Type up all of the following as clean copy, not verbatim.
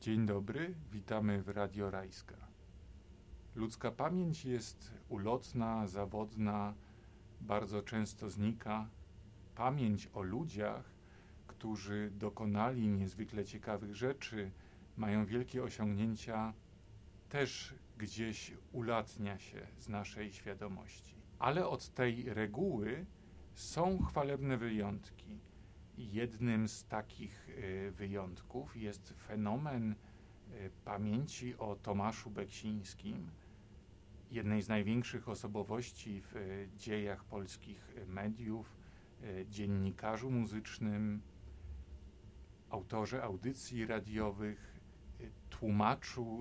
Dzień dobry, witamy w Radio Rajska. Ludzka pamięć jest ulotna, zawodna, bardzo często znika. Pamięć o ludziach, którzy dokonali niezwykle ciekawych rzeczy, mają wielkie osiągnięcia, też gdzieś ulatnia się z naszej świadomości. Ale od tej reguły są chwalebne wyjątki. Jednym z takich wyjątków jest fenomen pamięci o Tomaszu Beksińskim, jednej z największych osobowości w dziejach polskich mediów, dziennikarzu muzycznym, autorze audycji radiowych, tłumaczu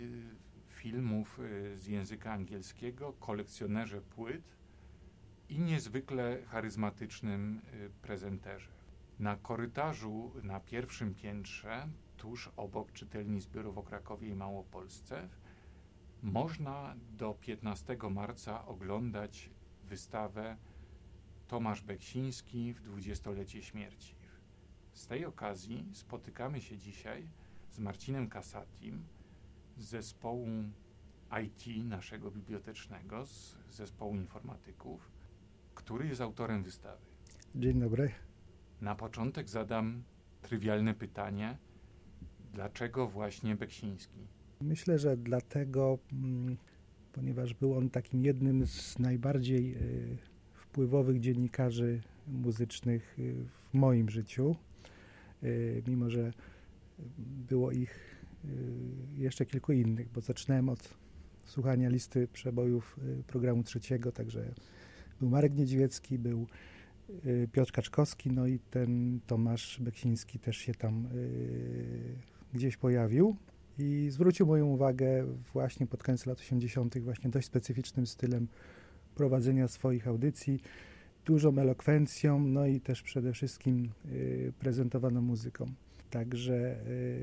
filmów z języka angielskiego, kolekcjonerze płyt i niezwykle charyzmatycznym prezenterze. Na korytarzu na pierwszym piętrze, tuż obok czytelni zbiorów o Krakowie i Małopolsce, można do 15 marca oglądać wystawę Tomasz Beksiński w 20-lecie śmierci. Z tej okazji spotykamy się dzisiaj z Marcinem Kasatim z zespołu IT naszego bibliotecznego, z zespołu informatyków, który jest autorem wystawy. Dzień dobry. Na początek zadam trywialne pytanie. Dlaczego właśnie Beksiński? Myślę, że dlatego, ponieważ był on takim jednym z najbardziej wpływowych dziennikarzy muzycznych w moim życiu. Mimo że było ich jeszcze kilku innych, bo zaczynałem od słuchania listy przebojów programu trzeciego, także był Marek Niedźwiecki, był Piotr Kaczkowski, no i ten Tomasz Beksiński też się tam gdzieś pojawił i zwrócił moją uwagę właśnie pod koniec lat 80. właśnie dość specyficznym stylem prowadzenia swoich audycji, dużą elokwencją, no i też przede wszystkim prezentowaną muzyką. Także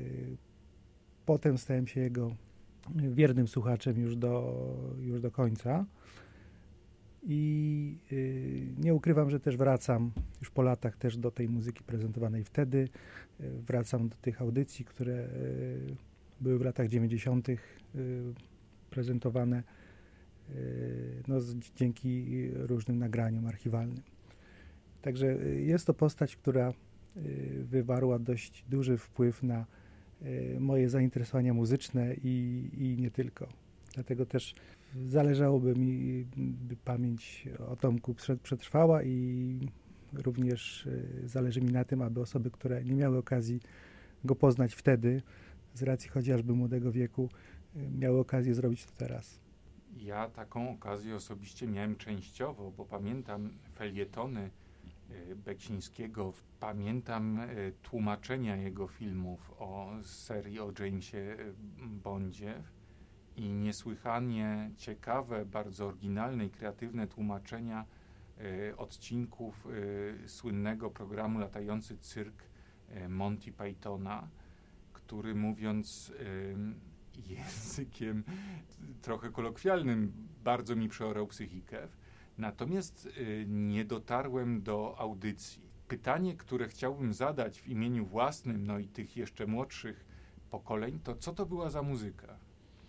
potem stałem się jego wiernym słuchaczem już do końca. I nie ukrywam, że też wracam już po latach też do tej muzyki prezentowanej wtedy. Wracam do tych audycji, które były w latach 90. Prezentowane dzięki różnym nagraniom archiwalnym. Także jest to postać, która wywarła dość duży wpływ na moje zainteresowania muzyczne i nie tylko. Dlatego też zależałoby mi, by pamięć o Tomku przetrwała i również zależy mi na tym, aby osoby, które nie miały okazji go poznać wtedy, z racji chociażby młodego wieku, miały okazję zrobić to teraz. Ja taką okazję osobiście miałem częściowo, bo pamiętam felietony Beksińskiego, pamiętam tłumaczenia jego filmów o serii o Jamesie Bondzie i niesłychanie ciekawe, bardzo oryginalne i kreatywne tłumaczenia odcinków słynnego programu Latający Cyrk Monty Pythona, który, mówiąc językiem trochę kolokwialnym, bardzo mi przeorał psychikę. Natomiast nie dotarłem do audycji. Pytanie, które chciałbym zadać w imieniu własnym, no i tych jeszcze młodszych pokoleń, to co to była za muzyka?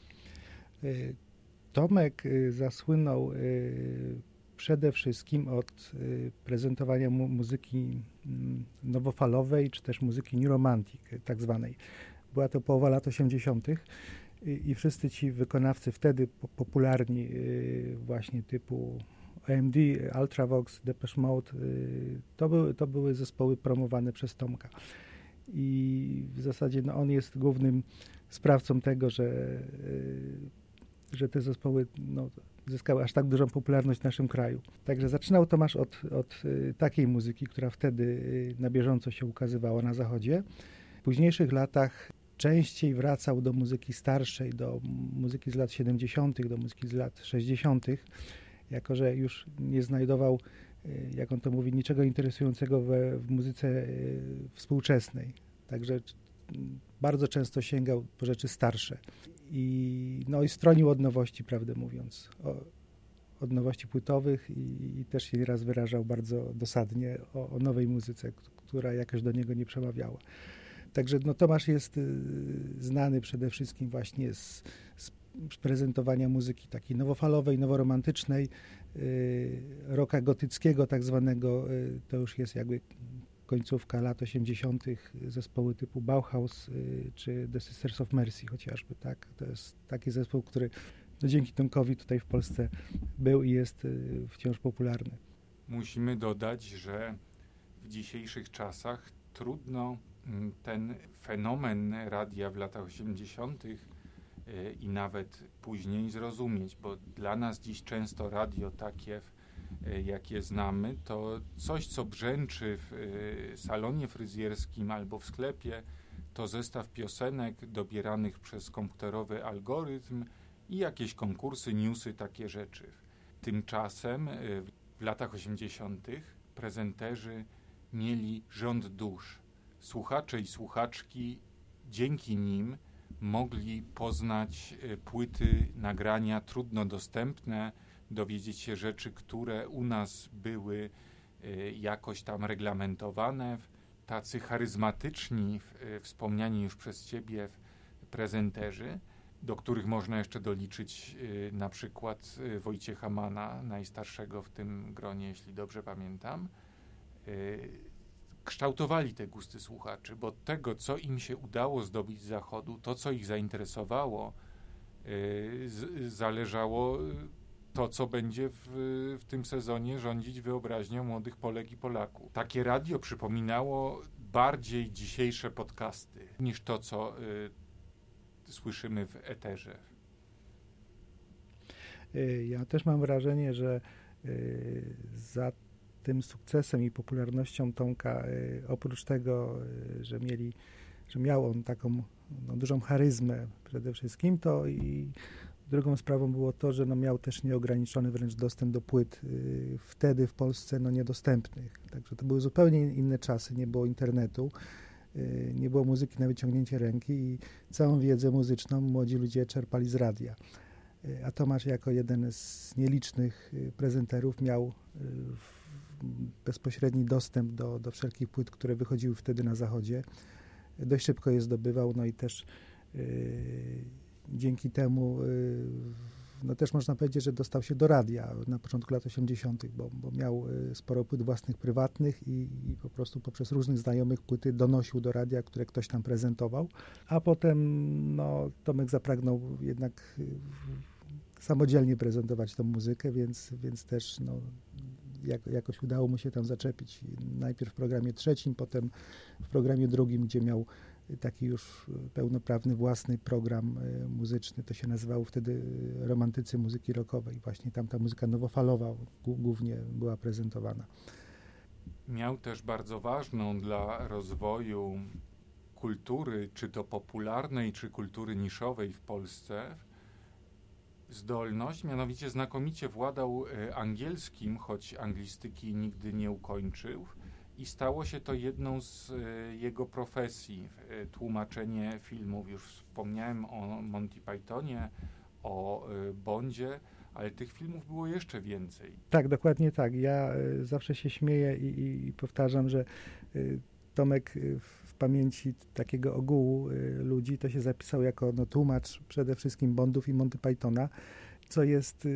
Tomek zasłynął przede wszystkim od prezentowania muzyki nowofalowej, czy też muzyki new romantic, tak zwanej. Była to połowa lat 80. i wszyscy ci wykonawcy wtedy popularni, właśnie typu OMD, Ultravox, Depeche Mode, to były zespoły promowane przez Tomka. I w zasadzie on jest głównym sprawcą tego, że te zespoły zyskały aż tak dużą popularność w naszym kraju. Także zaczynał Tomasz od takiej muzyki, która wtedy na bieżąco się ukazywała na zachodzie. W późniejszych latach częściej wracał do muzyki starszej, do muzyki z lat 70., do muzyki z lat 60., jako że już nie znajdował, jak on to mówi, niczego interesującego w muzyce współczesnej. Także bardzo często sięgał po rzeczy starsze i stronił od nowości, prawdę mówiąc, od nowości płytowych i też się nieraz wyrażał bardzo dosadnie o nowej muzyce, która jakoś do niego nie przemawiała. Także no, Tomasz jest znany przede wszystkim właśnie z prezentowania muzyki takiej nowofalowej, noworomantycznej, rocka gotyckiego tak zwanego, to już jest jakby końcówka lat 80. zespoły typu Bauhaus czy The Sisters of Mercy chociażby, tak? To jest taki zespół, który no, dzięki Tomkowi tutaj w Polsce był i jest wciąż popularny. Musimy dodać, że w dzisiejszych czasach trudno ten fenomen radia w latach 80. I nawet później zrozumieć, bo dla nas dziś często radio takie, jakie znamy, to coś, co brzęczy w salonie fryzjerskim albo w sklepie, to zestaw piosenek dobieranych przez komputerowy algorytm i jakieś konkursy, newsy, takie rzeczy. Tymczasem w latach 80. prezenterzy mieli rząd dusz. Słuchacze i słuchaczki dzięki nim mogli poznać płyty, nagrania trudno dostępne, dowiedzieć się rzeczy, które u nas były jakoś tam reglamentowane. Tacy charyzmatyczni, wspomniani już przez Ciebie prezenterzy, do których można jeszcze doliczyć na przykład Wojciecha Mana, najstarszego w tym gronie, jeśli dobrze pamiętam, kształtowali te gusty słuchaczy, bo tego, co im się udało zdobyć z Zachodu, to, co ich zainteresowało, zależało to, co będzie w tym sezonie rządzić wyobraźnią młodych Polek i Polaków. Takie radio przypominało bardziej dzisiejsze podcasty niż to, co słyszymy w eterze. Ja też mam wrażenie, że za tym sukcesem i popularnością Tomka, oprócz tego, że miał on taką dużą charyzmę przede wszystkim, to i drugą sprawą było to, że miał też nieograniczony wręcz dostęp do płyt wtedy w Polsce niedostępnych. Także to były zupełnie inne czasy, nie było internetu, nie było muzyki na wyciągnięcie ręki i całą wiedzę muzyczną młodzi ludzie czerpali z radia. A Tomasz jako jeden z nielicznych prezenterów miał bezpośredni dostęp do wszelkich płyt, które wychodziły wtedy na Zachodzie. Dość szybko je zdobywał, no i też dzięki temu też można powiedzieć, że dostał się do radia na początku lat 80., bo miał sporo płyt własnych, prywatnych i po prostu poprzez różnych znajomych płyty donosił do radia, które ktoś tam prezentował. A potem Tomek zapragnął jednak samodzielnie prezentować tą muzykę, więc też jakoś udało mu się tam zaczepić. Najpierw w programie trzecim, potem w programie drugim, gdzie miał taki już pełnoprawny własny program muzyczny. To się nazywało wtedy Romantycy Muzyki Rockowej. Właśnie tam ta muzyka nowofalowa głównie była prezentowana. Miał też bardzo ważną dla rozwoju kultury, czy to popularnej, czy kultury niszowej w Polsce, zdolność, mianowicie znakomicie władał angielskim, choć anglistyki nigdy nie ukończył i stało się to jedną z jego profesji, tłumaczenie filmów. Już wspomniałem o Monty Pythonie, o Bondzie, ale tych filmów było jeszcze więcej. Tak, dokładnie tak. Ja zawsze się śmieję i powtarzam, że Tomek w pamięci takiego ogółu ludzi to się zapisał jako tłumacz przede wszystkim Bondów i Monty Pythona, co jest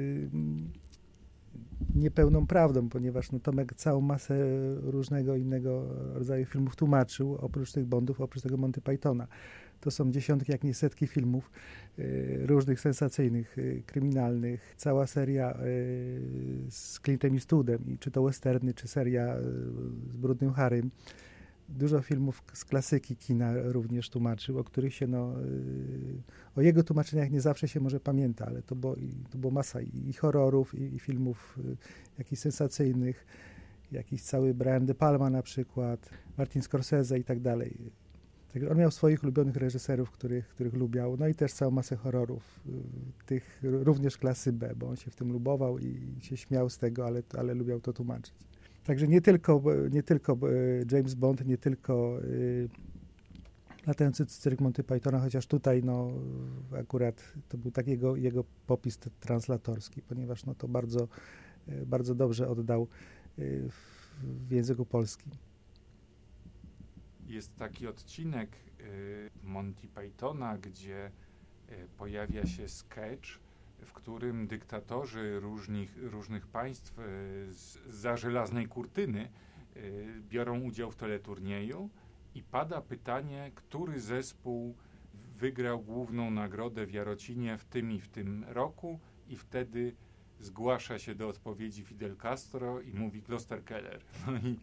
niepełną prawdą, ponieważ Tomek całą masę różnego innego rodzaju filmów tłumaczył, oprócz tych Bondów, oprócz tego Monty Pythona. To są dziesiątki, jak nie setki filmów różnych sensacyjnych, kryminalnych. Cała seria z Clintem Eastwoodem, i czy to westerny, czy seria z Brudnym Harrym. Dużo filmów z klasyki kina również tłumaczył, o których się o jego tłumaczeniach nie zawsze się może pamięta, ale to było masa i horrorów, i filmów jakichś sensacyjnych, jakiś cały Brian De Palma na przykład, Martin Scorsese i tak dalej. Także on miał swoich ulubionych reżyserów, których lubiał, no i też całą masę horrorów, tych również klasy B, bo on się w tym lubował i się śmiał z tego, ale lubiał to tłumaczyć. Także nie tylko James Bond, nie tylko Latający cyrk Monty Pythona, chociaż tutaj akurat to był taki jego popis translatorski, ponieważ to bardzo, bardzo dobrze oddał w języku polskim. Jest taki odcinek Monty Pythona, gdzie pojawia się sketch, w którym dyktatorzy różnych państw zza żelaznej kurtyny biorą udział w teleturnieju i pada pytanie, który zespół wygrał główną nagrodę w Jarocinie w tym i w tym roku, i wtedy zgłasza się do odpowiedzi Fidel Castro i mówi Klosterkeller. No i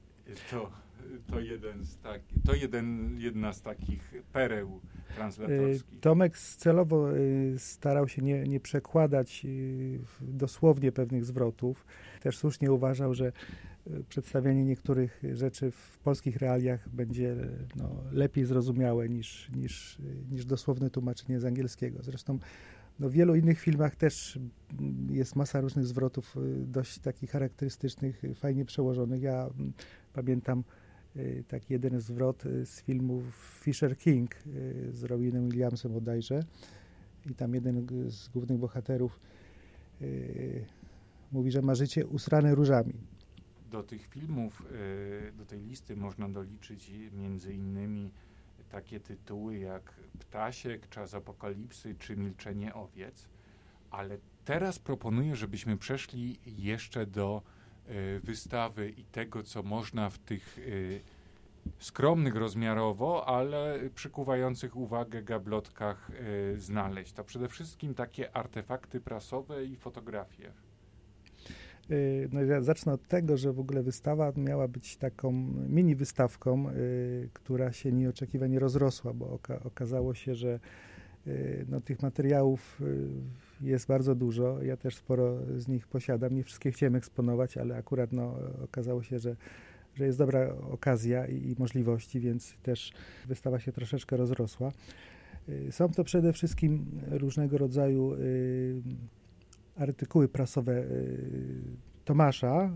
jedna z takich pereł translatorskich. Tomek celowo starał się nie przekładać dosłownie pewnych zwrotów. Też słusznie uważał, że przedstawianie niektórych rzeczy w polskich realiach będzie lepiej zrozumiałe niż dosłowne tłumaczenie z angielskiego. Zresztą w wielu innych filmach też jest masa różnych zwrotów dość takich charakterystycznych, fajnie przełożonych. Ja pamiętam taki jeden zwrot z filmu Fisher King z Robinem Williamsem bodajże, i tam jeden z głównych bohaterów mówi, że ma życie usrane różami. Do tych filmów, do tej listy można doliczyć między innymi takie tytuły jak Ptasiek, Czas apokalipsy czy Milczenie owiec, ale teraz proponuję, żebyśmy przeszli jeszcze do wystawy i tego, co można w tych skromnych rozmiarowo, ale przykuwających uwagę gablotkach znaleźć. To przede wszystkim takie artefakty prasowe i fotografie. No ja zacznę od tego, że w ogóle wystawa miała być taką mini wystawką, która się nieoczekiwanie rozrosła, bo okazało się, że tych materiałów jest bardzo dużo. Ja też sporo z nich posiadam. Nie wszystkie chciałem eksponować, ale akurat okazało się, że jest dobra okazja i możliwości, więc też wystawa się troszeczkę rozrosła. Są to przede wszystkim różnego rodzaju artykuły prasowe Tomasza,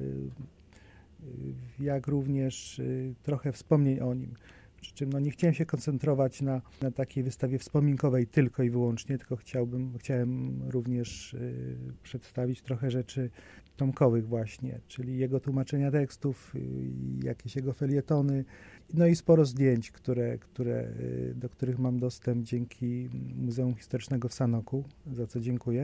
jak również trochę wspomnień o nim. Przy czym nie chciałem się koncentrować na takiej wystawie wspominkowej tylko i wyłącznie, tylko chciałem również przedstawić trochę rzeczy tomkowych właśnie, czyli jego tłumaczenia tekstów, jakieś jego felietony, i sporo zdjęć, do których mam dostęp dzięki Muzeum Historycznego w Sanoku, za co dziękuję.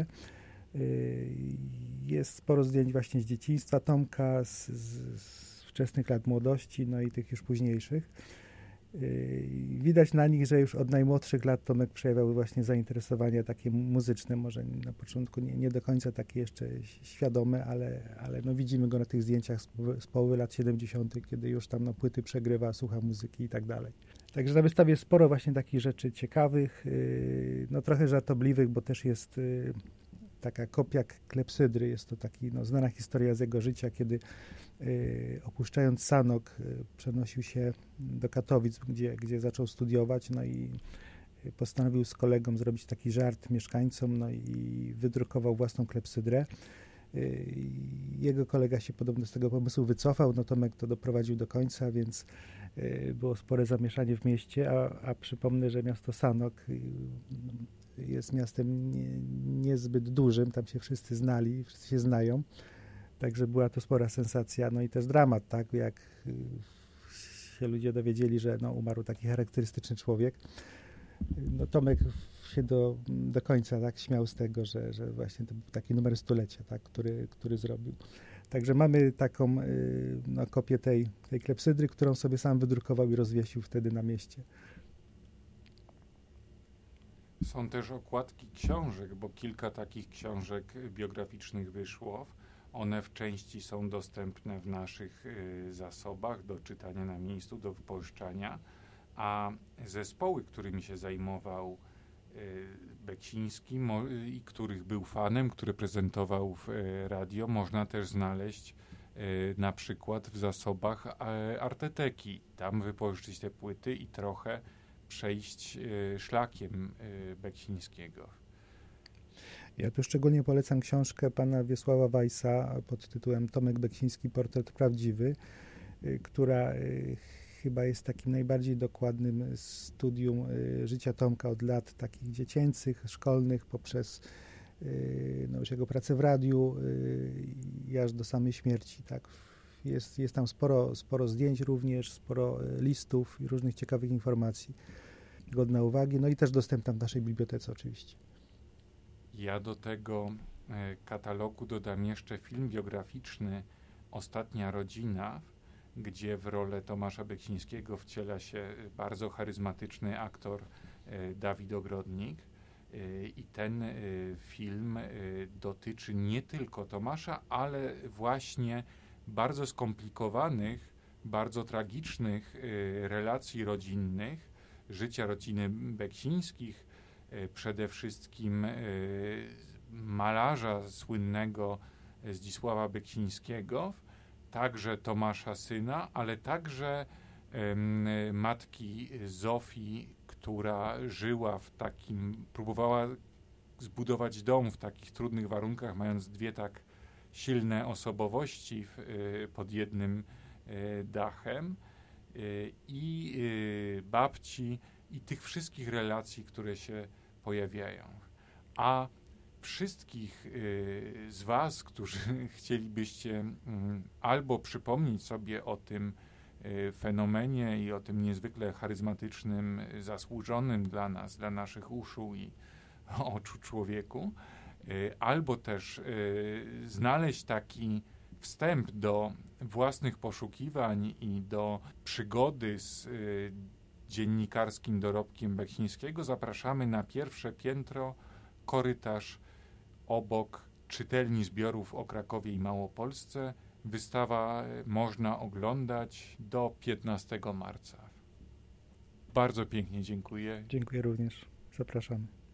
Jest sporo zdjęć właśnie z dzieciństwa Tomka, z wczesnych lat młodości, i tych już późniejszych. Widać na nich, że już od najmłodszych lat Tomek przejawiał właśnie zainteresowania takie muzyczne, może na początku nie do końca takie jeszcze świadome, ale widzimy go na tych zdjęciach z połowy lat 70., kiedy już tam płyty przegrywa, słucha muzyki i tak dalej. Także na wystawie jest sporo właśnie takich rzeczy ciekawych, trochę żartobliwych, bo też jest taka kopia klepsydry. Jest to taki znana historia z jego życia, kiedy opuszczając Sanok przenosił się do Katowic, gdzie zaczął studiować, i postanowił z kolegą zrobić taki żart mieszkańcom, i wydrukował własną klepsydrę. Jego kolega się podobno z tego pomysłu wycofał, Tomek to doprowadził do końca, więc było spore zamieszanie w mieście, a przypomnę, że miasto Sanok jest miastem niezbyt dużym, tam się wszyscy znali, wszyscy się znają, także była to spora sensacja, i też dramat, tak, jak się ludzie dowiedzieli, że umarł taki charakterystyczny człowiek. Tomek się do końca tak śmiał z tego, że właśnie to był taki numer stulecia, tak, który zrobił. Także mamy taką kopię tej klepsydry, którą sobie sam wydrukował i rozwiesił wtedy na mieście. Są też okładki książek, bo kilka takich książek biograficznych wyszło. One w części są dostępne w naszych zasobach do czytania na miejscu, do wypożyczania, a zespoły, którymi się zajmował Beksiński i których był fanem, które prezentował w radio, można też znaleźć na przykład w zasobach Arteteki. Tam wypożyczyć te płyty i trochę przejść szlakiem Beksińskiego. Ja tu szczególnie polecam książkę pana Wiesława Weissa pod tytułem Tomek Beksiński, portret prawdziwy, która chyba jest takim najbardziej dokładnym studium życia Tomka od lat takich dziecięcych, szkolnych, poprzez już jego pracę w radiu i aż do samej śmierci, tak, Jest tam sporo zdjęć również, sporo listów i różnych ciekawych informacji. Godna uwagi, no i też dostępna w naszej bibliotece oczywiście. Ja do tego katalogu dodam jeszcze film biograficzny Ostatnia rodzina, gdzie w rolę Tomasza Beksińskiego wciela się bardzo charyzmatyczny aktor Dawid Ogrodnik. I ten film dotyczy nie tylko Tomasza, ale właśnie bardzo skomplikowanych, bardzo tragicznych relacji rodzinnych, życia rodziny Beksińskich, przede wszystkim malarza słynnego Zdzisława Beksińskiego, także Tomasza syna, ale także matki Zofii, która żyła próbowała zbudować dom w takich trudnych warunkach, mając dwie tak silne osobowości pod jednym dachem, i babci, i tych wszystkich relacji, które się pojawiają. A wszystkich z Was, którzy chcielibyście albo przypomnieć sobie o tym fenomenie i o tym niezwykle charyzmatycznym, zasłużonym dla nas, dla naszych uszu i oczu człowieku, albo też znaleźć taki wstęp do własnych poszukiwań i do przygody z dziennikarskim dorobkiem Beksińskiego, zapraszamy na pierwsze piętro, korytarz obok czytelni zbiorów o Krakowie i Małopolsce. Wystawa można oglądać do 15 marca. Bardzo pięknie dziękuję. Dziękuję również. Zapraszamy.